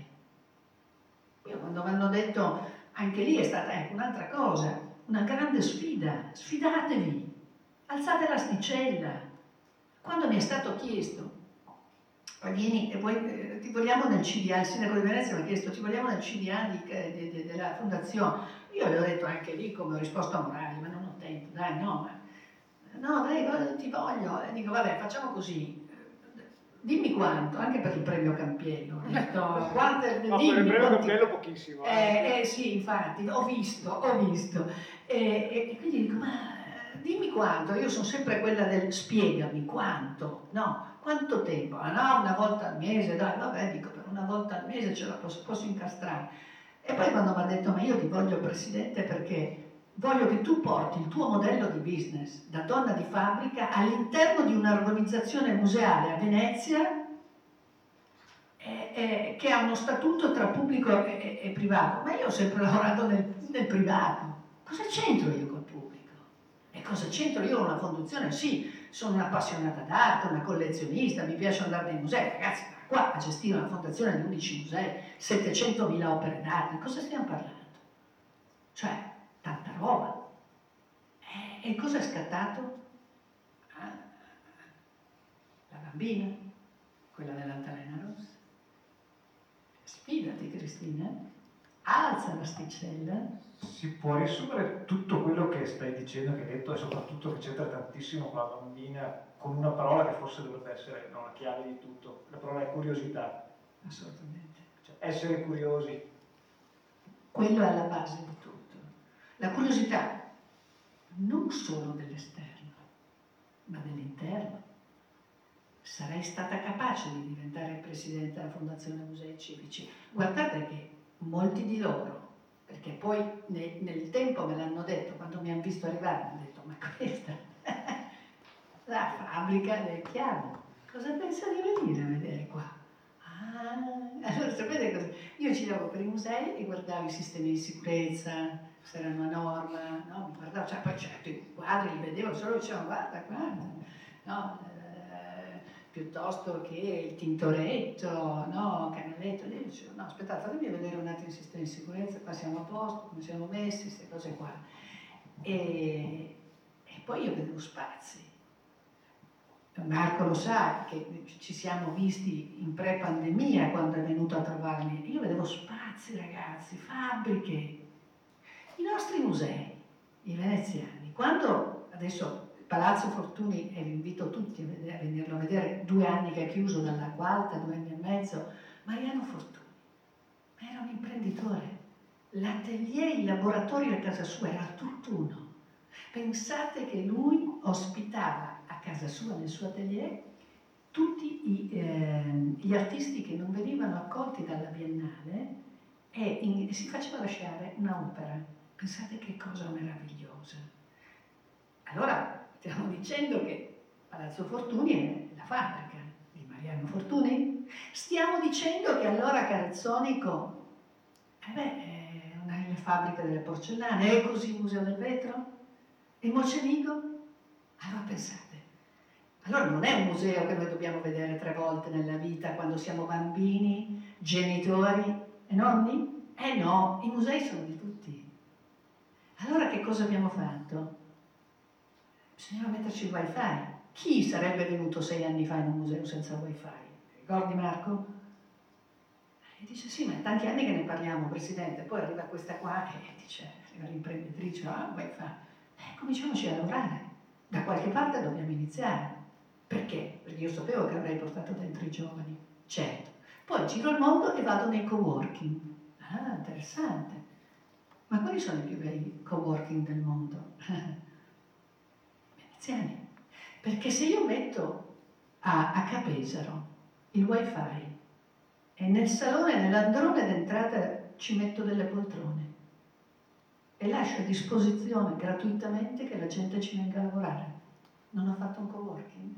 S3: Io quando mi hanno detto, anche lì è stata ecco, un'altra cosa, una grande sfida, sfidatevi, alzate l'asticella. Quando mi è stato chiesto, vieni, vuoi, eh, ti vogliamo nel C D A, il sindaco di Venezia mi ha chiesto, ti vogliamo nel C D A di, di, di, della fondazione, io le ho detto anche lì come ho risposto a Morali, ma non ho tempo, dai no, ma, no dai, ti voglio, e dico vabbè facciamo così. Dimmi quanto, anche per il premio Campiello. Ho detto, quanto,
S2: no,
S3: dimmi,
S2: per il premio
S3: quanti...
S2: Campiello pochissimo. Eh.
S3: Eh, eh sì, infatti, ho visto, ho visto. E, e quindi dico, ma dimmi quanto, io sono sempre quella del spiegami quanto, no, quanto tempo? Ah no, una volta al mese, dai, vabbè, dico, per una volta al mese ce la posso, posso incastrare. E poi quando mi ha detto, ma io ti voglio presidente perché voglio che tu porti il tuo modello di business da donna di fabbrica all'interno di un'organizzazione museale a Venezia eh, eh, che ha uno statuto tra pubblico e, e, e privato. Ma io ho sempre lavorato nel, nel privato. Cosa c'entro io col pubblico? E cosa c'entro io con una fondazione? Sì, sono un'appassionata d'arte, una collezionista, mi piace andare nei musei. Ragazzi, qua a gestire una fondazione di undici musei, settecentomila opere d'arte, di cosa stiamo parlando? Cioè, tanta roba. E cosa è scattato? Ah, la bambina, quella dell'altalena rossa. Sfidati Cristina, alza l'asticella.
S2: Si può riassumere tutto quello che stai dicendo, che hai detto, e soprattutto che c'entra tantissimo con la bambina, con una parola che forse dovrebbe essere no, la chiave di tutto. La parola è curiosità.
S3: Assolutamente.
S2: Cioè, essere curiosi.
S3: Quello è alla base di tutto. La curiosità non solo dell'esterno, ma dell'interno. Sarei stata capace di diventare presidente della Fondazione Musei Civici. Guardate che molti di loro, perché poi ne, nel tempo me l'hanno detto, quando mi hanno visto arrivare, mi hanno detto, ma questa, la fabbrica del chiave, cosa pensa di venire a vedere qua? Ah, allora sapete cosa? Io giravo per i musei e guardavo i sistemi di sicurezza, se erano a norma, no? Mi guardavo, cioè poi certo i quadri li vedevo, solo dicevano guarda, guarda, no? Eh, piuttosto che il tintoretto, no? Canaletto, io dicevo no, aspettate, fatemi vedere un attimo il sistema di sicurezza, qua siamo a posto, come siamo messi, queste cose qua. E, e poi io vedevo spazi. Marco lo sa che ci siamo visti in pre-pandemia quando è venuto a trovarmi. Io vedevo spazi, ragazzi, fabbriche, i nostri musei, i veneziani. Quando adesso il Palazzo Fortuny, e vi invito tutti a, vedere, a venirlo a vedere, due anni che è chiuso dall'acqua alta, due anni e mezzo, Mariano Fortuny era un imprenditore. L'atelier, il laboratorio a casa sua era tutt'uno. Pensate che lui ospitava a casa sua, nel suo atelier, tutti i, eh, gli artisti che non venivano accolti dalla Biennale e in, si faceva lasciare un'opera. Pensate che cosa meravigliosa. Allora stiamo dicendo che Palazzo Fortuny è la fabbrica di Mariano Fortuny? Stiamo dicendo che allora Carazzonico eh beh, è una delle fabbriche delle porcellane, è così il Museo del Vetro? E Mocenigo? Allora pensate, allora non è un museo che noi dobbiamo vedere tre volte nella vita quando siamo bambini, genitori e nonni? Eh no, i musei sono di tutti. Allora che cosa abbiamo fatto? Bisognava metterci il wifi. Chi sarebbe venuto sei anni fa in un museo senza wifi? Ricordi Marco? E dice sì, ma è tanti anni che ne parliamo, Presidente. Poi arriva questa qua e dice, arriva l'imprenditrice, ah, wifi. Eh, cominciamoci a lavorare. Da qualche parte dobbiamo iniziare. Perché? Perché io sapevo che avrei portato dentro i giovani. Certo. Poi giro il mondo e vado nei coworking. Ah, interessante. Ma quali sono i più bei coworking del mondo? Veneziani. Perché se io metto a, a Capesaro il wifi e nel salone, nell'androne d'entrata ci metto delle poltrone e lascio a disposizione gratuitamente che la gente ci venga a lavorare, non ho fatto un coworking?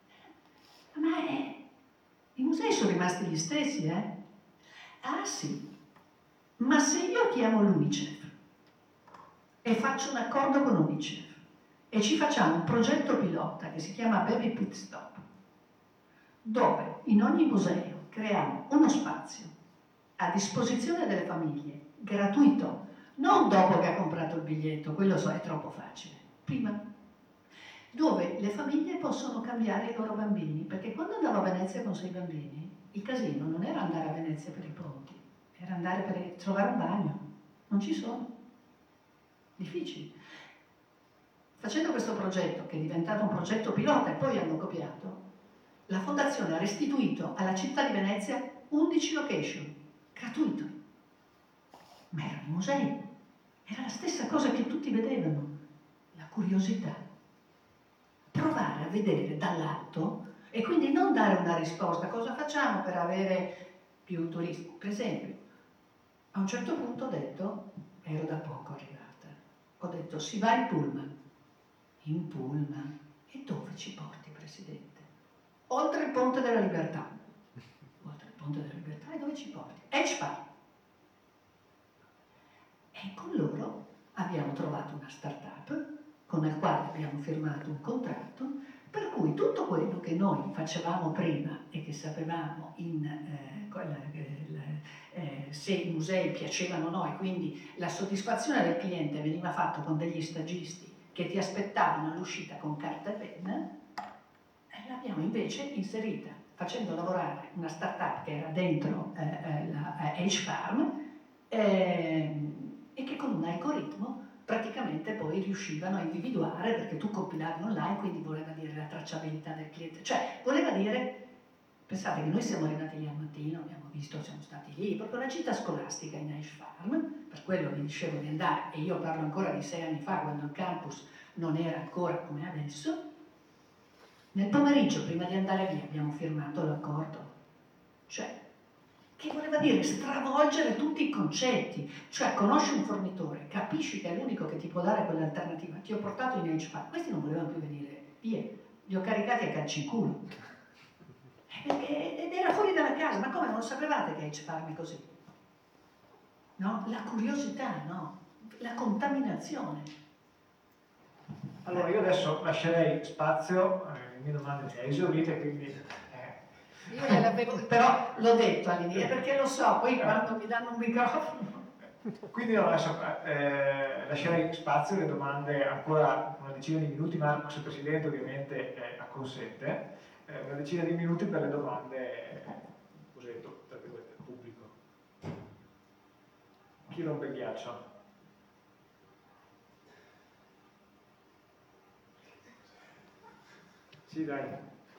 S3: Ma è... i musei sono rimasti gli stessi, eh? Ah sì, ma se io chiamo l'Unicef e faccio un accordo con l'Unicef e ci facciamo un progetto pilota che si chiama Baby Pit Stop, dove in ogni museo creiamo uno spazio a disposizione delle famiglie, gratuito, non dopo che ha comprato il biglietto, quello so è troppo facile, prima, dove le famiglie possono cambiare i loro bambini, perché quando andavo a Venezia con sei bambini, il casino non era andare a Venezia per i ponti, era andare per trovare un bagno, non ci sono, difficili. Facendo questo progetto, che è diventato un progetto pilota e poi hanno copiato, la Fondazione ha restituito alla città di Venezia undici location, gratuito. Ma erano i musei, era la stessa cosa che tutti vedevano, la curiosità. Provare a vedere dall'alto e quindi non dare una risposta, cosa facciamo per avere più turisti? Per esempio, a un certo punto ho detto, ero da poco arrivata, ho detto si va in pullman, in pullman, e dove ci porti Presidente? Oltre il Ponte della Libertà, oltre il Ponte della Libertà, e dove ci porti? H-Park. E con loro abbiamo trovato una start-up con la quale abbiamo firmato un contratto per cui tutto quello che noi facevamo prima e che sapevamo in, eh, quella, eh, eh, se i musei piacevano o no, e quindi la soddisfazione del cliente veniva fatto con degli stagisti che ti aspettavano all'uscita con carta e penna, e l'abbiamo invece inserita facendo lavorare una start-up che era dentro eh, eh, la eh, H-Farm eh, e che con un algoritmo praticamente poi riuscivano a individuare, perché tu compilavi online, quindi voleva dire la tracciabilità del cliente, cioè voleva dire, pensate che noi siamo arrivati lì al mattino, abbiamo visto, siamo stati lì, proprio la gita scolastica in H-Farm, per quello vi dicevo di andare, e io parlo ancora di sei anni fa, quando il campus non era ancora come adesso. Nel pomeriggio, prima di andare via, abbiamo firmato l'accordo, cioè, che voleva dire stravolgere tutti i concetti, cioè conosci un fornitore, capisci che è l'unico che ti può dare quell'alternativa, ti ho portato in H-Farm, questi non volevano più venire via, li ho caricati a calci in culo, ed era fuori dalla casa, ma come non sapevate che H-Farm è così? No? La curiosità, no? La contaminazione.
S2: Allora io adesso lascerei spazio, eh, le mie domande le hai esaurite, quindi... Eh.
S3: Io gliel'avevo, però l'ho detto all'inizio, perché lo so, poi quando mi danno un microfono...
S2: Quindi no, adesso eh, lascerei spazio alle domande, ancora una decina di minuti, Marco, se Presidente ovviamente eh, acconsente, eh, una decina di minuti per le domande, eh, così, tra virgolette, pubblico. Chi rompe il ghiaccio? Sì, dai.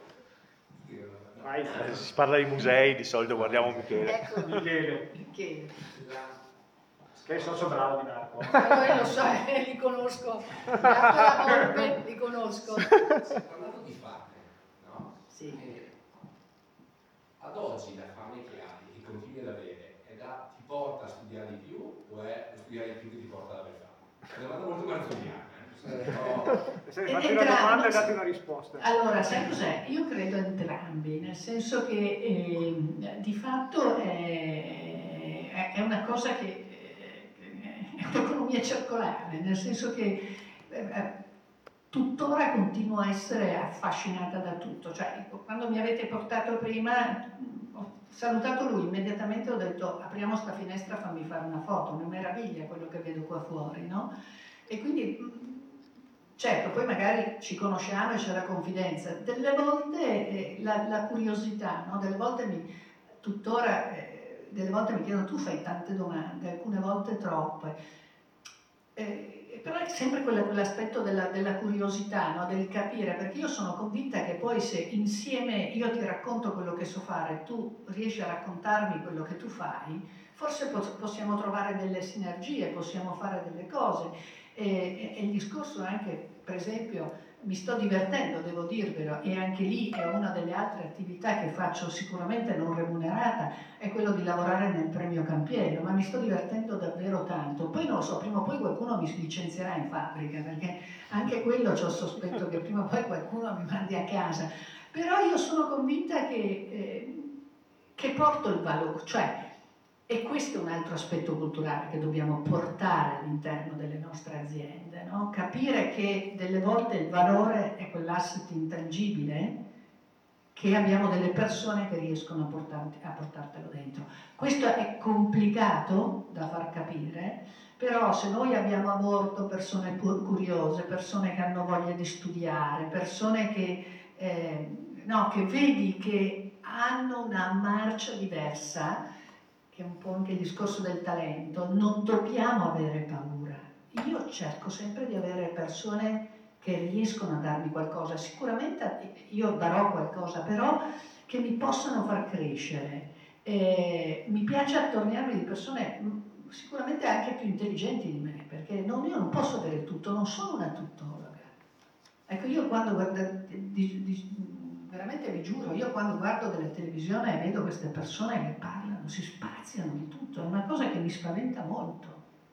S2: Vai.
S4: Eh, si parla di musei, di solito guardiamo Michele.
S3: Ecco,
S2: Michele,
S3: Michele.
S2: che è il socio bravo di Marco.
S3: Io lo so, eh, li conosco, la volpe, li conosco.
S5: Parlando di fate, no?
S3: Sì.
S5: Eh, ad oggi la fame che hai, che continui ad avere, è da, ti porta a studiare di più o è studiare di più che ti porta ad avere fame? È una domanda molto maratoniana.
S2: Se fatti una domanda e date una risposta.
S3: Allora, sai cos'è? Io credo entrambi, nel senso che eh, di fatto è, è una cosa che eh, è un'economia circolare, nel senso che eh, tuttora continuo a essere affascinata da tutto. Cioè, quando mi avete portato prima, ho salutato lui, immediatamente ho detto apriamo sta finestra, fammi fare una foto, una meraviglia quello che vedo qua fuori, no? E quindi certo, poi magari ci conosciamo e c'è la confidenza, delle volte eh, la, la curiosità, no? Delle volte mi, tuttora, eh, delle volte mi chiedono, tu fai tante domande, alcune volte troppe, eh, però è sempre quella, quell'aspetto della, della curiosità, no? Del capire, perché io sono convinta che poi se insieme io ti racconto quello che so fare, tu riesci a raccontarmi quello che tu fai, forse possiamo trovare delle sinergie, possiamo fare delle cose. E, e il discorso anche, per esempio, mi sto divertendo, devo dirvelo, e anche lì è una delle altre attività che faccio sicuramente non remunerata, è quello di lavorare nel premio Campiello, ma mi sto divertendo davvero tanto. Poi non lo so, prima o poi qualcuno mi licenzierà in fabbrica, perché anche quello c'ho il sospetto che prima o poi qualcuno mi mandi a casa. Però io sono convinta che, eh, che porto il valore, cioè. E questo è un altro aspetto culturale che dobbiamo portare all'interno delle nostre aziende, no? Capire che delle volte il valore è quell'asset intangibile, che abbiamo delle persone che riescono a, portarti, a portartelo dentro. Questo è complicato da far capire, però se noi abbiamo a bordo persone curiose, persone che hanno voglia di studiare, persone che, eh, no, che vedi che hanno una marcia diversa, che è un po' anche il discorso del talento, non dobbiamo avere paura. Io cerco sempre di avere persone che riescono a darmi qualcosa, sicuramente io darò qualcosa, però che mi possano far crescere. Eh, mi piace attorniarmi di persone sicuramente anche più intelligenti di me, perché non, io non posso avere tutto, non sono una tuttologa. Ecco, io quando guardo, di, di, veramente vi giuro, io quando guardo della televisione e vedo queste persone che parlano, si spaziano di tutto, è una cosa che mi spaventa molto.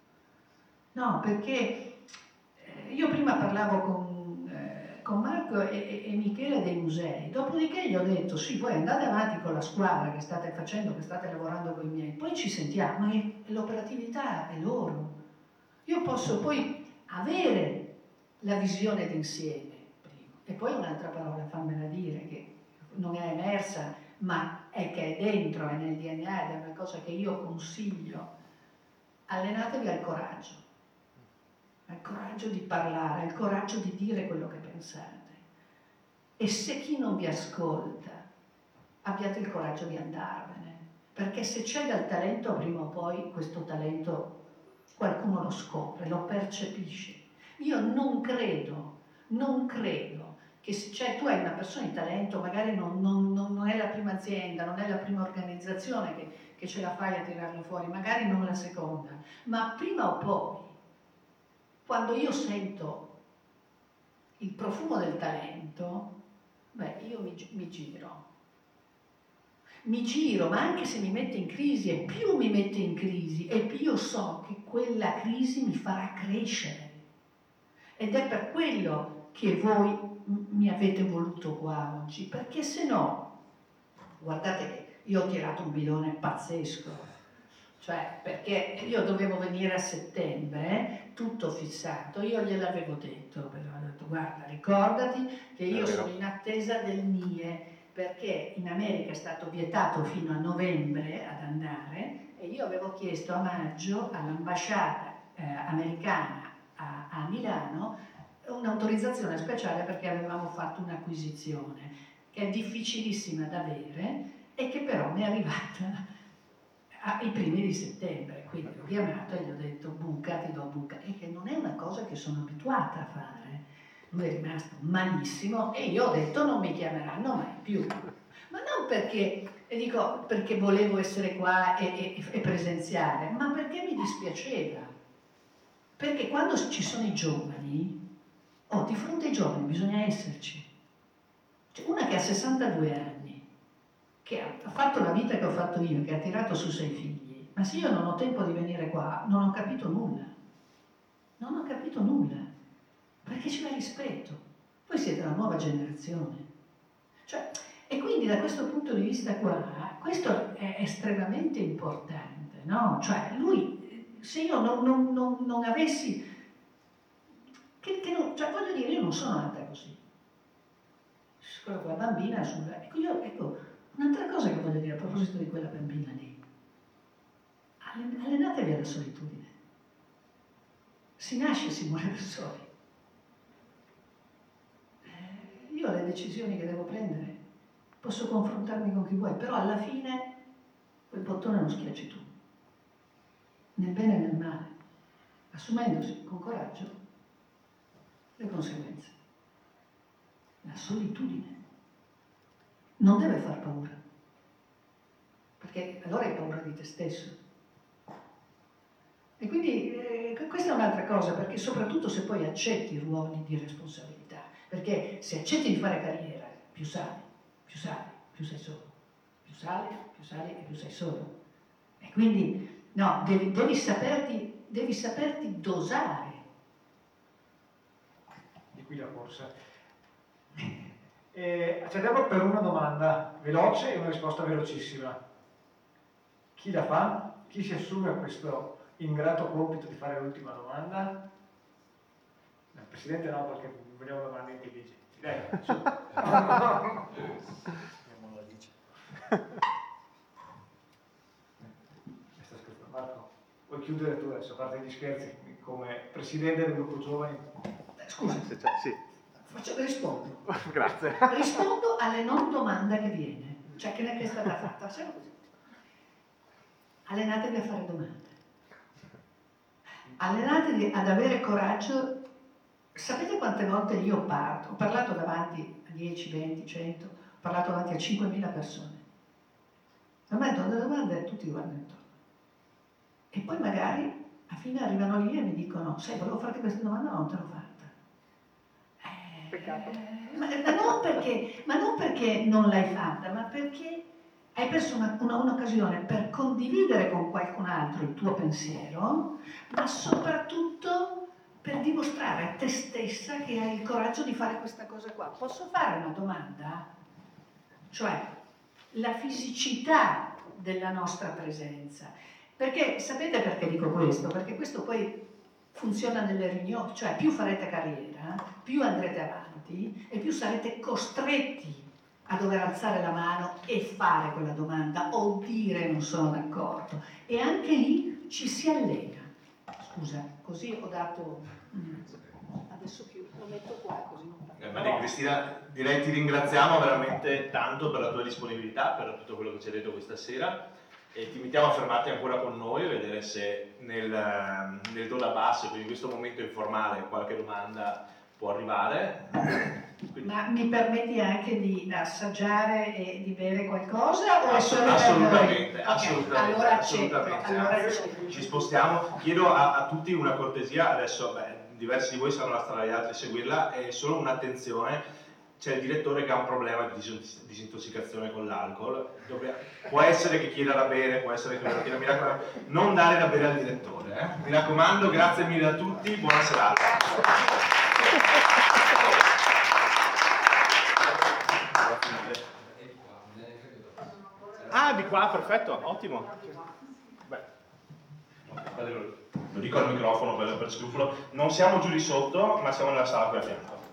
S3: No, perché io prima parlavo con, eh, con Marco e, e, e Michele dei musei, dopodiché gli ho detto sì, voi andate avanti con la squadra che state facendo, che state lavorando con i miei, poi ci sentiamo, ma l'operatività è loro. Io posso poi avere la visione d'insieme, e poi un'altra parola, fammela dire, che non è emersa, ma è che è dentro, è nel D N A ed è una cosa che io consiglio. Allenatevi al coraggio, al coraggio di parlare, al coraggio di dire quello che pensate. E se chi non vi ascolta, abbiate il coraggio di andarvene, perché se c'è del talento, prima o poi questo talento qualcuno lo scopre, lo percepisce. Io non credo, non credo che se cioè, tu hai una persona di talento, magari non, non, non è la prima azienda, non è la prima organizzazione che, che ce la fai a tirarlo fuori, magari non la seconda, ma prima o poi, quando io sento il profumo del talento, beh, io mi, mi giro. Mi giro, ma anche se mi mette in crisi, e più mi mette in crisi, e più io so che quella crisi mi farà crescere. Ed è per quello che voi mi avete voluto qua oggi, perché se no, guardate che io ho tirato un bidone pazzesco, cioè perché io dovevo venire a settembre, eh, tutto fissato, io gliel'avevo detto, però ho detto guarda, ricordati che io sono in attesa del N I E, perché in America è stato vietato fino a novembre ad andare e io avevo chiesto a maggio all'ambasciata eh, americana a, a Milano un'autorizzazione speciale perché avevamo fatto un'acquisizione che è difficilissima da avere e che però mi è arrivata ai primi di settembre, quindi l'ho chiamato e gli ho detto buca, ti do buca, e che non è una cosa che sono abituata a fare. Lui è rimasto malissimo e io ho detto non mi chiameranno mai più, ma non perché, e dico, perché volevo essere qua e, e, e presenziare, ma perché mi dispiaceva, perché quando ci sono i giovani, oh, di fronte ai giovani bisogna esserci. Cioè, una che ha sessantadue anni che ha fatto la vita che ho fatto io, che ha tirato su sei figli, ma se io non ho tempo di venire qua, non ho capito nulla. Non ho capito nulla, perché ci va rispetto. Voi siete una nuova generazione. Cioè, e quindi da questo punto di vista qua, questo è estremamente importante, no? Cioè, lui, se io non, non, non, non avessi... Che, che non, cioè, voglio dire, io non sono nata così. Quella quella bambina sulla... Ecco, io, ecco, un'altra cosa che voglio dire a proposito di quella bambina lì. Allenatevi alla solitudine. Si nasce e si muore da soli. Eh, io ho le decisioni che devo prendere, posso confrontarmi con chi vuoi, però alla fine quel bottone lo schiacci tu, nel bene e nel male, assumendosi con coraggio le conseguenze. La solitudine non deve far paura, perché allora hai paura di te stesso. E quindi eh, questa è un'altra cosa, perché soprattutto se poi accetti ruoli di responsabilità, perché se accetti di fare carriera, più sali, più sali, più sei solo, più sali, più sali e più sei solo. E quindi, no, devi, devi, saperti, devi saperti dosare.
S2: Di qui la corsa. Eh, c'è tempo per una domanda veloce e una risposta velocissima. Chi la fa? Chi si assume questo ingrato compito di fare l'ultima domanda? Il Presidente no, perché vogliamo domande intelligenti. Dai, su. Marco, vuoi chiudere tu adesso, a parte gli scherzi, come Presidente del gruppo giovani?
S3: Scusa,
S4: Sì.
S3: faccio, rispondo.
S4: Grazie.
S3: Rispondo alle non domande che viene, cioè che ne è stata fatta. Sai così? Allenatevi a fare domande. Allenatevi ad avere coraggio. Sapete quante volte io parto? Ho parlato davanti a dieci, venti, cento, ho parlato davanti a cinquemila persone. A me do delle domande e tutti guardano intorno. E poi magari a fine arrivano lì e mi dicono: sai, volevo farti questa domanda ma non te l'ho fatta. Eh,
S2: Peccato.
S3: Ma, ma, non perché, ma non perché non l'hai fatta, ma perché hai perso una, una, un'occasione per condividere con qualcun altro il tuo pensiero, ma soprattutto per dimostrare a te stessa che hai il coraggio di fare questa cosa qua. Posso fare una domanda? Cioè, la fisicità della nostra presenza. Perché, sapete perché dico questo? Perché questo poi funziona nelle riunioni, cioè più farete carriera, più andrete avanti e più sarete costretti a dover alzare la mano e fare quella domanda o dire non sono d'accordo. E anche lì ci si allena. Scusa, così ho dato... Adesso chiudo, lo metto qua così non
S1: Eh, Maria Cristina, direi ti ringraziamo veramente tanto per la tua disponibilità, per tutto quello che ci hai detto questa sera e ti invitiamo a fermarti ancora con noi, a vedere se nel, nel do da basso, quindi in questo momento informale, qualche domanda può arrivare. Quindi...
S3: Ma mi permetti anche di assaggiare e di bere qualcosa? O è solo
S1: assolutamente,
S3: per noi?
S1: assolutamente,
S3: Okay, allora
S1: assolutamente.
S3: accetto, allora accetto.
S1: Ci spostiamo. Chiedo a, a tutti una cortesia, adesso beh, diversi di voi saranno la strada agli altri a seguirla, e solo un'attenzione. C'è il direttore che ha un problema di dis- disintossicazione con l'alcol. Dove, può essere che chieda da bere, può essere che lo chieda, mi raccomando, non dare da bere al direttore. Eh? Mi raccomando, grazie mille a tutti, buona serata.
S4: Ah, di qua, perfetto, ottimo. Beh.
S1: Lo dico al microfono per, per scrupolo, non siamo giù di sotto, ma siamo nella sala qui a fianco.